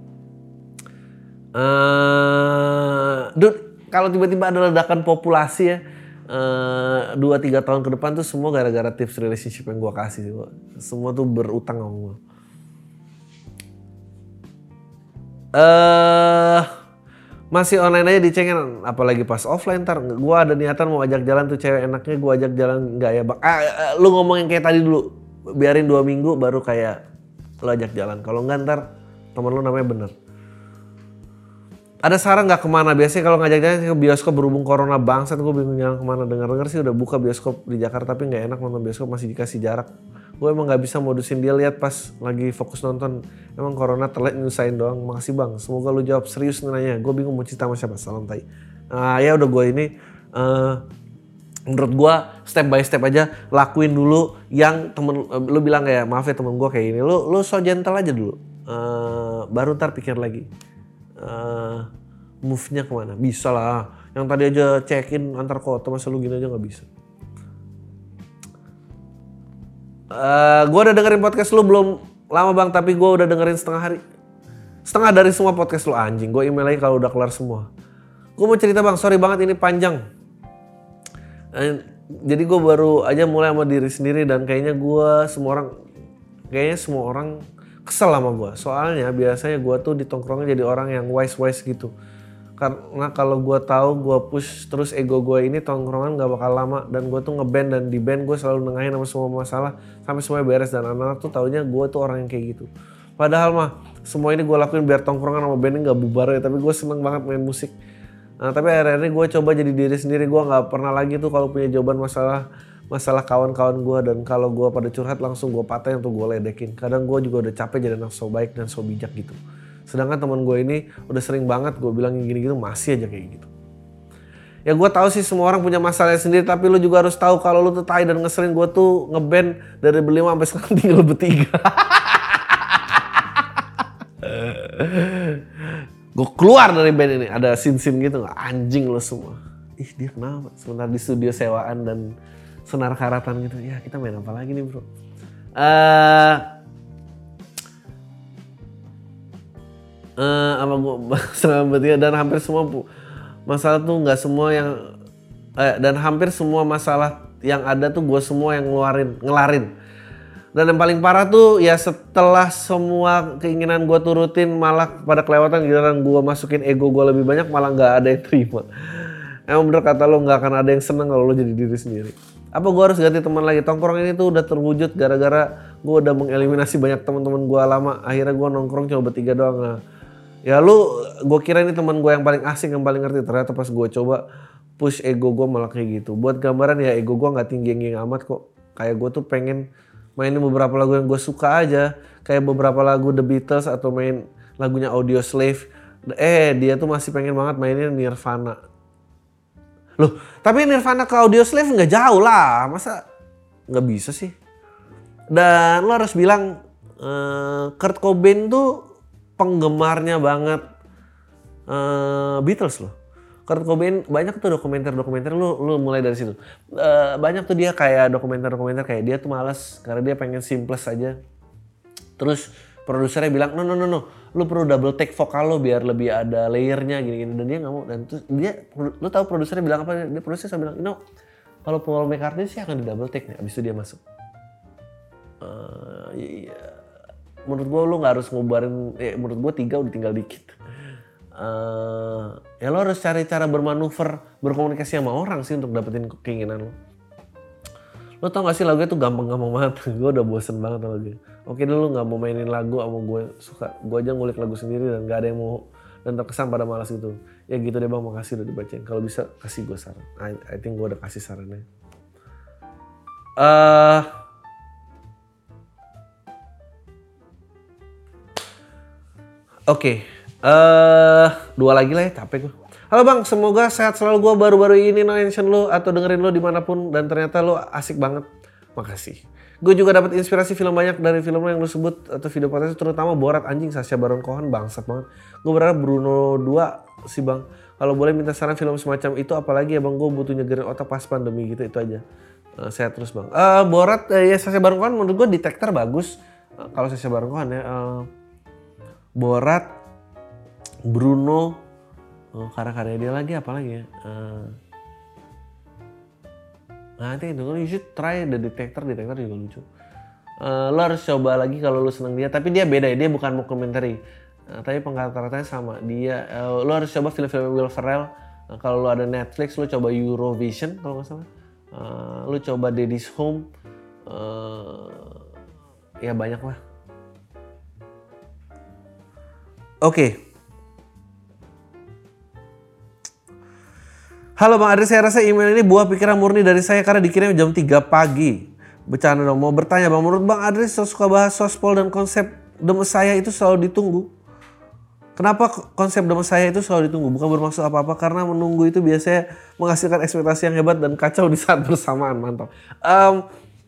Uh, dude, kalau tiba-tiba ada ledakan populasi ya, dua tiga tahun ke depan tuh semua gara-gara tips relationship yang gue kasih sih. Semua tuh berutang sama gue. Uh, masih online aja dicengin, apalagi pas offline ntar. Gue ada niatan mau ajak jalan tuh cewek, enaknya gue ajak jalan nggak ya bang? Ah, lu ngomong yang kayak tadi dulu, biarin dua minggu baru kayak lu ajak jalan. Kalau nggak ntar temen lu namanya bener. Ada saran nggak kemana? Biasanya kalau ngajak jalan ke bioskop berhubung corona bangsat gue bingung jalan kemana. Dengar-dengar sih udah buka bioskop di Jakarta tapi nggak enak nonton bioskop masih dikasih jarak. Gue emang nggak bisa modusin dia lihat pas lagi fokus nonton. Emang corona telat nyusahin doang. Makasih bang. Semoga lu jawab serius nanya. Gue bingung mau cerita sama siapa. Salam tai. Uh, ya udah gue ini uh, menurut gue step by step aja lakuin dulu yang temen uh, lu bilang kayak maaf ya temen gue kayak gini. Lu lu so gentle aja dulu. Uh, baru ntar pikir lagi. Uh, move-nya kemana? Bisa lah. Yang tadi aja check-in antar kota masa lu gini aja gak bisa. Uh, gue udah dengerin podcast lu belum lama bang, tapi gue udah dengerin setengah hari. Setengah dari semua podcast lu anjing. Gue email lagi kalau udah kelar semua. Gue mau cerita bang, sorry banget ini panjang. Uh, jadi gue baru aja mulai sama diri sendiri dan kayaknya gue semua orang, kayaknya semua orang kesel sama gue. Soalnya biasanya gue tuh di tongkrongan jadi orang yang wise-wise gitu. Karena kalau gue tahu gue push terus ego gue ini tongkrongan gak bakal lama. Dan gue tuh ngeband dan di band gue selalu nengahin sama semua masalah. Sampai semuanya beres dan anak-anak tuh taunya gue tuh orang yang kayak gitu. Padahal mah semua ini gue lakuin biar tongkrongan sama bandnya gak bubar ya. Tapi gue seneng banget main musik. Nah, tapi akhir-akhir ini gue coba jadi diri sendiri. Gue gak pernah lagi tuh kalau punya jawaban masalah masalah kawan-kawan gue dan kalau gue pada curhat langsung gue patahin atau gue ledekin. Kadang gue juga udah capek jadi anak so baik dan so bijak gitu. Sedangkan teman gue ini udah sering banget gue bilang gini-gini masih aja kayak gitu. Ya gue tahu sih semua orang punya masalahnya sendiri, tapi lu juga harus tahu kalau lu tuh tai dan ngeselin. Gue tuh ngeband dari berlima sampai sekarang tinggal bertiga. Gue keluar dari band ini ada sin-sin gitu nggak? Anjing lo semua. Ih dia kenapa? Sebentar di studio sewaan dan senar karatan gitu. Ya kita main apa lagi nih bro? Uh, eh sama gue sama dia, dan hampir semua bu- masalah tuh nggak semua yang eh, dan hampir semua masalah yang ada tuh gue semua yang ngeluarin ngelarin. Dan yang paling parah tuh ya setelah semua keinginan gue turutin malah pada kelewatan, giliran gue masukin ego gue lebih banyak malah nggak ada yang terima. Emang bener kata lo, nggak akan ada yang seneng kalau lo jadi diri sendiri. Apa gue harus ganti teman lagi? Tongkrong ini tuh udah terwujud gara-gara gue udah mengeliminasi banyak teman-teman gue lama. Akhirnya gue nongkrong cuma bertiga doang. Nah, ya lu, gue kira ini teman gue yang paling asing, yang paling ngerti. Ternyata pas gue coba push ego gue malah kayak gitu. Buat gambaran ya, ego gue nggak tinggi-tinggi amat kok. Kayak gue tuh pengen mainin beberapa lagu yang gue suka aja. Kayak beberapa lagu The Beatles atau main lagunya Audioslave. Eh dia tuh masih pengen banget mainin Nirvana. Loh, tapi Nirvana ke Audioslave nggak jauh lah. Masa nggak bisa sih? Dan lo harus bilang uh, Kurt Cobain tuh penggemarnya banget uh, Beatles loh. Kurt Cobain banyak tuh dokumenter-dokumenter, lu lu mulai dari situ. Uh, banyak tuh dia kayak dokumenter-dokumenter kayak dia tuh malas karena dia pengen simples aja. Terus produsernya bilang no no no no, lu perlu double take vokal lo biar lebih ada layernya gini-gini, dan dia nggak mau. Dan terus dia, lu tahu produsernya bilang apa? Dia produsernya bilang, no, kalau Paul McCartney sih akan di double take nih, abis itu dia masuk. Uh, iya. Menurut gue lu nggak harus ngubarin, eh, menurut gue tiga udah tinggal dikit. Uh, ya lo harus cari cara bermanuver, berkomunikasi sama orang sih untuk dapetin keinginan lo. Lo tau gak sih lagunya tuh gampang-gampang banget. Gue udah bosen banget sama lagunya. Oke dulu gak mau mainin lagu sama gue suka. Gue aja ngulik lagu sendiri dan gak ada yang mau dan terkesan pada malas gitu. Ya gitu deh bang, makasih udah dibacain. Kalau bisa kasih gue saran. I, I think gue udah kasih sarannya. Uh, Oke. Okay. Uh, dua lagi lah ya, capek gue. Halo bang, semoga sehat selalu. Gue baru-baru ini mention lo atau dengerin lo dimanapun dan ternyata lo asik banget. Makasih. Gue juga dapat inspirasi film banyak dari film lo yang lo sebut atau video podcast, terutama Borat. Anjing, Sacha Baron Cohen bangsat banget. Gue berharap Bruno dua sih bang. Kalau boleh minta saran film semacam itu, apalagi ya bang, gue butuh nyegerin otak pas pandemi gitu, itu aja. Uh, sehat terus bang. Uh, Borat, uh, ya Sacha Baron Cohen menurut gue Detector bagus. Uh, kalau Sacha Baron Cohen ya. Uh, Borat, Bruno, oh, karya-karya dia lagi apa lagi ya? Uh, nanti itu you should try The Detector, Detector juga lucu. Uh, lo harus coba lagi kalau lo seneng dia, tapi dia beda ya, dia bukan mockumentary. Uh, tapi pengkata-katanya sama. Dia, uh, lo harus coba film-film Will Ferrell. Uh, kalau lo ada Netflix, lo coba Eurovision kalau nggak salah. Uh, lo coba Daddy's Home. Uh, ya banyak lah. Oke. Okay. Halo Bang Adri, saya rasa email ini buah pikiran murni dari saya karena dikirim jam tiga pagi. Bercanda dong, mau bertanya Bang, menurut Bang Adri so suka bahas sospol dan konsep The Messiah itu selalu ditunggu. Kenapa konsep The Messiah itu selalu ditunggu? Bukan bermaksud apa-apa, karena menunggu itu biasanya menghasilkan ekspektasi yang hebat dan kacau di saat bersamaan. Mantap. Um,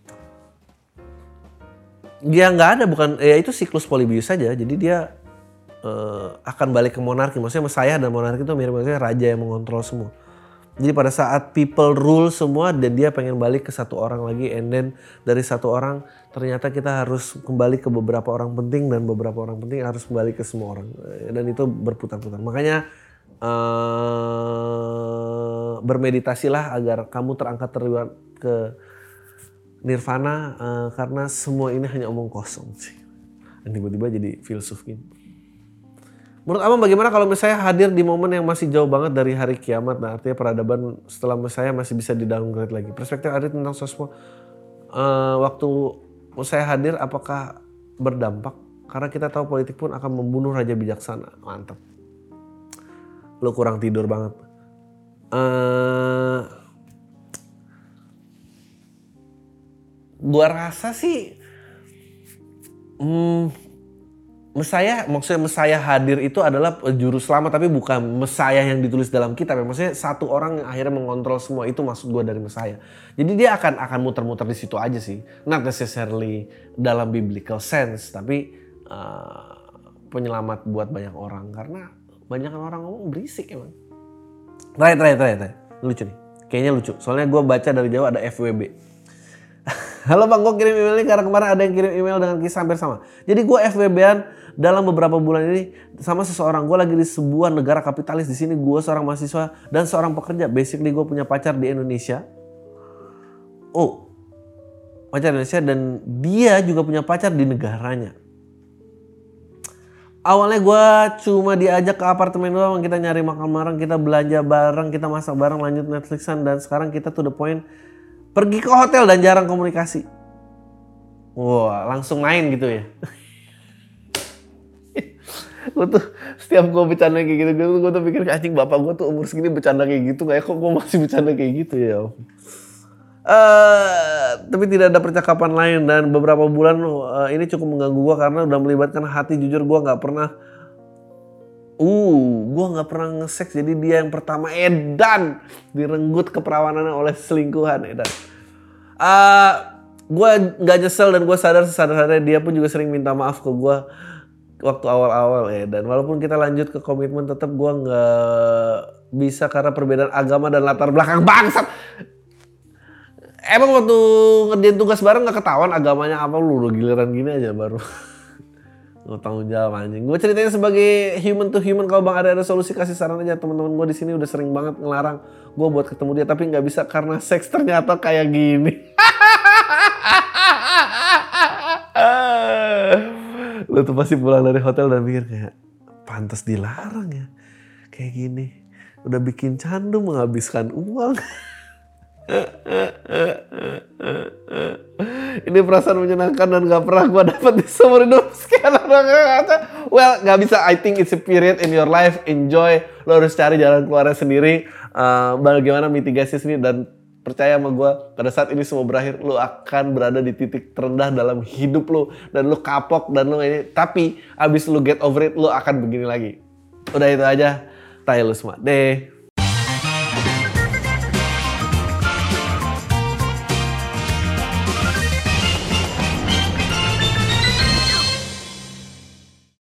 dia nggak ada, bukan, ya itu siklus Polybius saja. Jadi dia uh, akan balik ke monarki. Maksudnya Messiah dan monarki itu mirip-mirip raja yang mengontrol semua. Jadi pada saat people rule semua dan dia pengen balik ke satu orang lagi, and then dari satu orang ternyata kita harus kembali ke beberapa orang penting dan beberapa orang penting harus kembali ke semua orang, dan itu berputar-putar. Makanya uh, bermeditasilah agar kamu terangkat terlibat ke nirvana, uh, karena semua ini hanya omong kosong sih. Dan tiba-tiba jadi filsuf gini. Menurut Abang bagaimana kalau misalnya hadir di momen yang masih jauh banget dari hari kiamat? Nah artinya peradaban setelah Messiah masih bisa di-downgrade lagi. Perspektif Adri tentang sosmed uh, waktu Messiah hadir apakah berdampak? Karena kita tahu politik pun akan membunuh raja bijaksana. Mantap. Lu kurang tidur banget. Uh, gua rasa sih... Hmm, Messiah, maksudnya Messiah hadir itu adalah juru selamat, tapi bukan Messiah yang ditulis dalam kitab. Maksudnya satu orang yang akhirnya mengontrol semua, itu maksud gue dari Messiah. Jadi dia akan akan muter-muter di situ aja sih, not necessarily dalam biblical sense, tapi uh, penyelamat buat banyak orang karena banyak orang ngomong berisik emang. Right, right, right, right. Lucu nih, kayaknya lucu. Soalnya gue baca dari jauh ada F W B. Halo bang, gue kirim email ini karena kemarin ada yang kirim email dengan kisah hampir sama. Jadi gue F W B-an dalam beberapa bulan ini sama seseorang. Gue lagi di sebuah negara kapitalis. Di sini gue seorang mahasiswa dan seorang pekerja. Basically gue punya pacar di Indonesia. Oh, pacar di Indonesia dan dia juga punya pacar di negaranya. Awalnya gue cuma diajak ke apartemen doang, kita nyari makan bareng, kita belanja bareng, kita masak bareng, lanjut Netflixan, dan sekarang kita to the point pergi ke hotel dan jarang komunikasi. Wah, langsung main gitu ya. Gue tuh setiap gue bercanda kayak gitu, gue tuh pikir anjing bapak gue tuh umur segini bercanda kayak gitu, kayak kok gue masih bercanda kayak gitu ya. Uh, tapi tidak ada percakapan lain dan beberapa bulan uh, ini cukup mengganggu gue karena udah melibatkan hati. Jujur gue nggak pernah, uh, gue nggak pernah nge-seks. Jadi dia yang pertama edan direnggut keperawanannya oleh selingkuhan edan. Uh, gue nggak nyesel dan gue sadar sesadar-sadarnya dia pun juga sering minta maaf ke gue waktu awal-awal ya. Dan walaupun kita lanjut ke komitmen tetap gue nggak bisa karena perbedaan agama dan latar belakang bangsat. Emang waktu ngerjain tugas bareng gak ketahuan agamanya apa, lu udah giliran gini aja baru nggak tanggung jawab anjing. Gue ceritanya sebagai human to human, kalau bang ada ada solusi kasih saran aja. Teman-teman gue di sini udah sering banget ngelarang gue buat ketemu dia tapi nggak bisa karena seks ternyata kayak gini. Lu tuh pasti pulang dari hotel dan mikir kayak pantas dilarang ya kayak gini, udah bikin candu menghabiskan uang. Ini perasaan menyenangkan dan gak pernah gue dapat di seumur hidup. Sekian orang kata, well gak bisa. I think it's a period in your life. Enjoy. Lo harus cari jalan keluarnya sendiri. Uh, bagaimana mitigasi sendiri. Dan percaya sama gue, pada saat ini semua berakhir, lo akan berada di titik terendah dalam hidup lo. Dan lo kapok dan lo ini. Tapi abis lo get over it, lo akan begini lagi. Udah itu aja. Tai lu semua. Deh.